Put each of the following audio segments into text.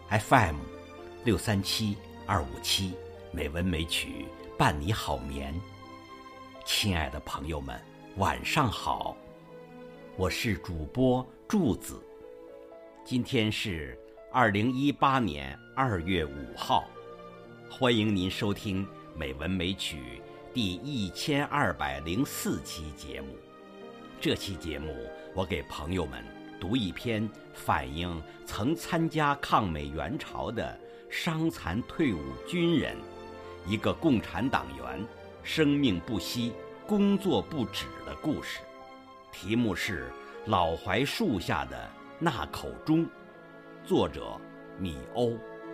FM637-257，美文美曲伴你好眠。亲爱的朋友们，晚上好，我是主播柱子。今天是2018年2月5号，欢迎您收听美文美曲第1204期节目。这期节目我给朋友们读一篇反映曾参加抗美援朝的伤残退伍军人，一个共产党员生命不息、工作不止的故事。题目是老槐树下的那口钟，作者米欧。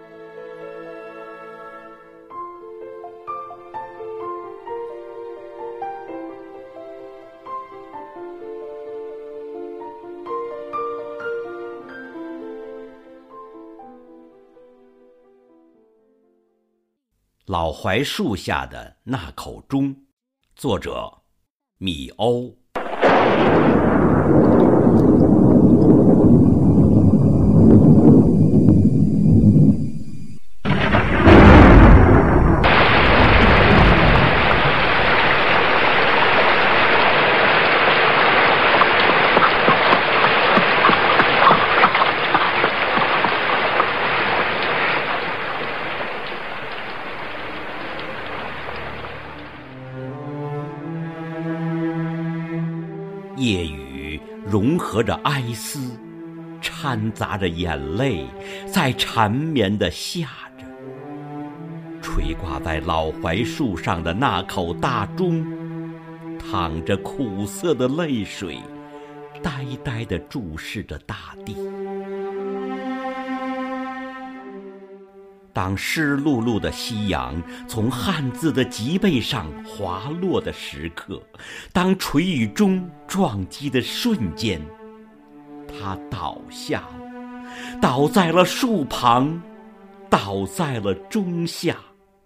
老槐树下的那口钟，作者米欧。夜雨融合着哀思，掺杂着眼泪，在缠绵地下着。垂挂在老槐树上的那口大钟，淌着苦涩的泪水，呆呆地注视着大地。当湿漉漉的夕阳从汉字的脊背上滑落的时刻，当锤与钟撞击的瞬间，他倒下了，倒在了树旁，倒在了钟下。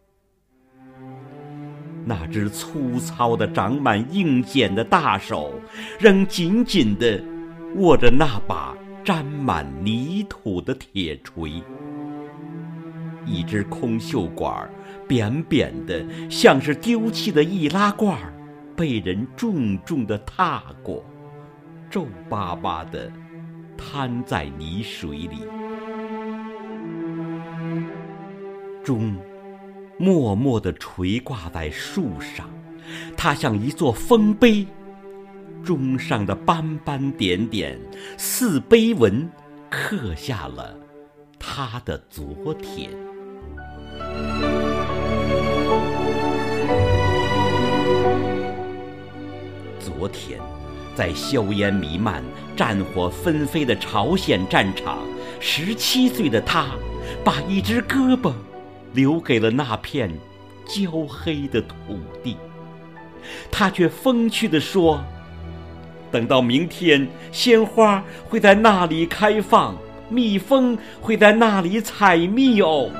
那只粗糙的长满硬茧的大手，仍紧紧地握着那把沾满泥土的铁锤。一只空袖管扁扁的，像是丢弃的易拉罐，被人重重地踏过，皱巴巴地摊在泥水里。钟默默地垂挂在树上，它像一座丰碑，钟上的斑斑点点似碑文，刻下了他的昨天。昨天，在硝烟弥漫、战火纷飞的朝鲜战场，17岁的他，把一只胳膊留给了那片焦黑的土地。他却风趣地说：“等到明天，鲜花会在那里开放，蜜蜂会在那里采蜜哦。”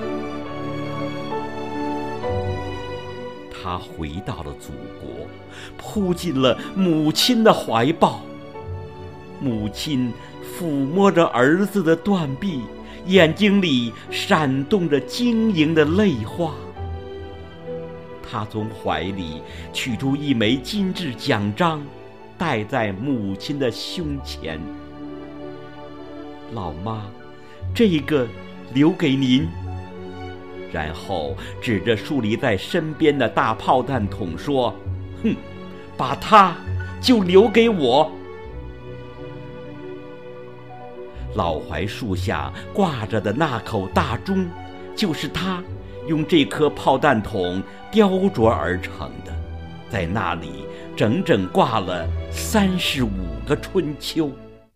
他回到了祖国，扑进了母亲的怀抱。母亲抚摸着儿子的断臂，眼睛里闪动着晶莹的泪花。他从怀里取出一枚金质奖章，戴在母亲的胸前。老妈，这个留给您。然后指着竖立在身边的大炮弹筒说：“哼，把它就留给我。”老槐树下挂着的那口大钟，就是他用这颗炮弹筒雕琢而成的，在那里整整挂了35个春秋。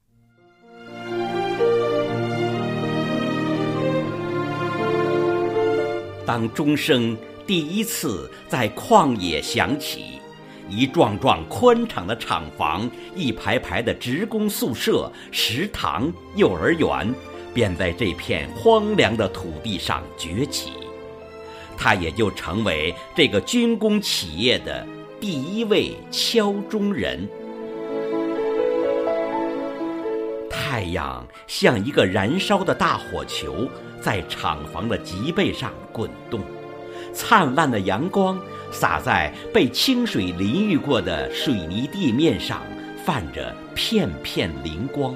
当钟声第一次在旷野响起，一幢幢宽敞的厂房，一排排的职工宿舍、食堂、幼儿园，便在这片荒凉的土地上崛起。他也就成为这个军工企业的第一位敲钟人。太太阳像一个燃烧的大火球，在厂房的脊背上滚动，灿烂的阳光洒在被清水淋浴过的水泥地面上，泛着片片灵光。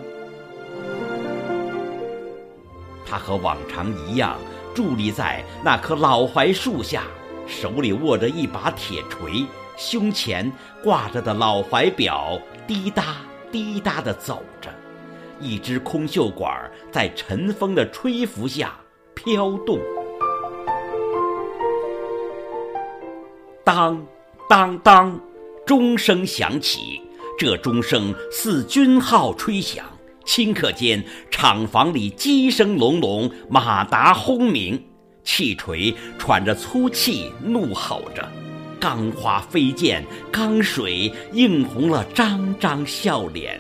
他和往常一样伫立在那棵老槐树下，手里握着一把铁锤，胸前挂着的老怀表滴答滴答地走着，一只空袖管在晨风的吹拂下飘动。当当当，钟声响起，这钟声似军号吹响，顷刻间厂房里机声隆隆，马达轰鸣，气锤喘着粗气怒吼着，钢花飞溅，钢水映红了张张笑脸。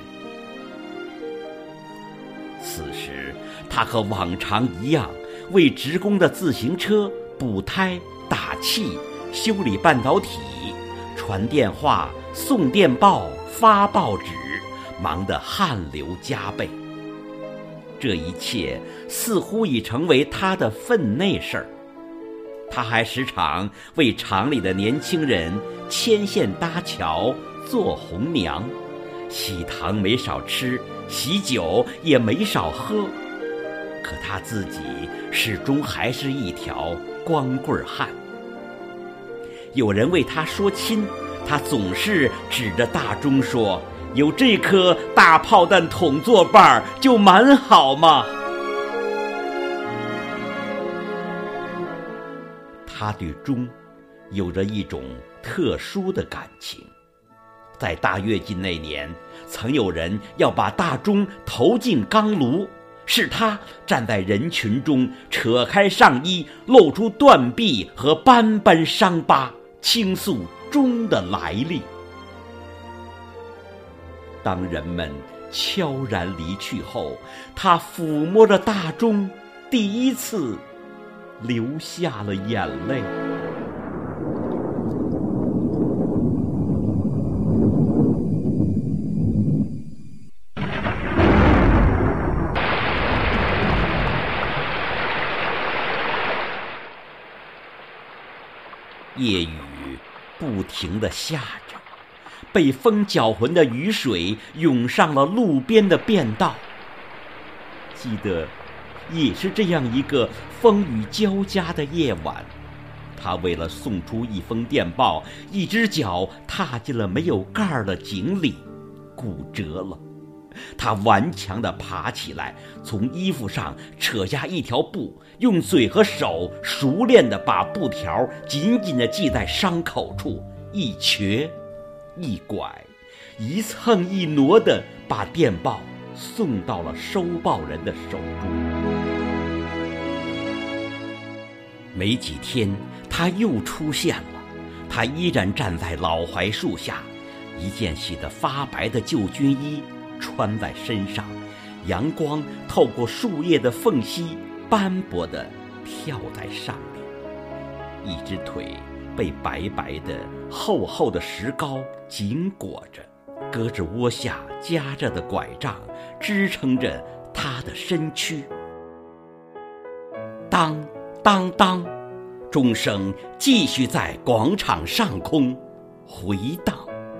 此时他和往常一样，为职工的自行车补胎、打气、修理半导体、传电话、送电报、发报纸，忙得汗流浃背。这一切似乎已成为他的分内事儿。他还时常为厂里的年轻人牵线搭桥，做红娘，喜糖没少吃，喜酒也没少喝。可他自己始终还是一条光棍汉。有人为他说亲，他总是指着大钟说：“有这颗大炮弹筒作伴就蛮好嘛。”他对钟有着一种特殊的感情。在大跃进那年，曾有人要把大钟投进钢炉，是他站在人群中，扯开上衣，露出断臂和斑斑伤疤，倾诉钟的来历。当人们悄然离去后，他抚摸着大钟，第一次流下了眼泪。夜雨不停地下着，被风搅浑的雨水涌上了路边的便道。记得也是这样一个风雨交加的夜晚，他为了送出一封电报，一只脚踏进了没有盖儿的井里，骨折了。他顽强地爬起来，从衣服上扯下一条布，用嘴和手熟练地把布条紧紧地系在伤口处，一瘸一拐，一蹭一挪地把电报送到了收报人的手中。没几天，他又出现了。他依然站在老槐树下，一件洗得发白的旧军衣穿在身上，阳光透过树叶的缝隙斑驳地跳在上面，一只腿被白白的厚厚的石膏紧裹着，胳肢窝下夹着的拐杖支撑着他的身躯。当当当，钟声继续在广场上空回荡。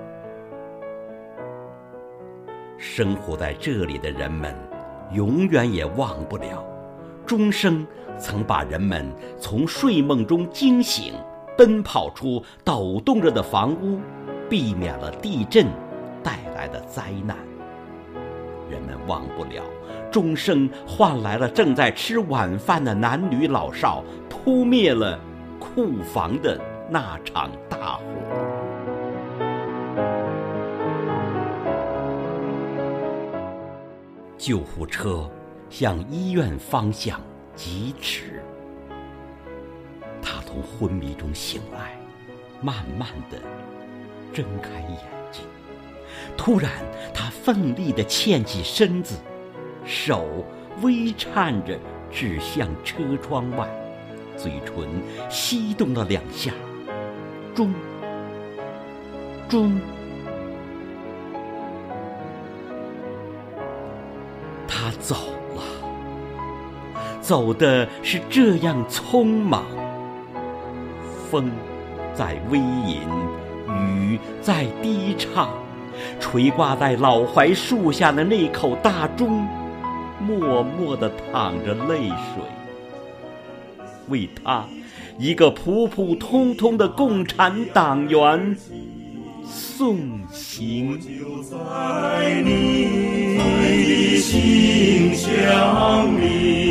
生活在这里的人们永远也忘不了，钟声曾把人们从睡梦中惊醒，奔跑出抖动着的房屋，避免了地震带来的灾难。人们忘不了，钟声换来了正在吃晚饭的男女老少，扑灭了库房的那场大火。救护车向医院方向疾驰。他从昏迷中醒来，慢慢地睁开眼睛。突然，他奋力地欠起身子，手微颤着指向车窗外，嘴唇翕动了2下。钟，钟。 他走了，走的是这样匆忙。风在微吟，雨在低唱，垂挂在老槐树下的那口大钟，默默地淌着泪水，为他一个普普通通的共产党员送行。 就在你的心乡里。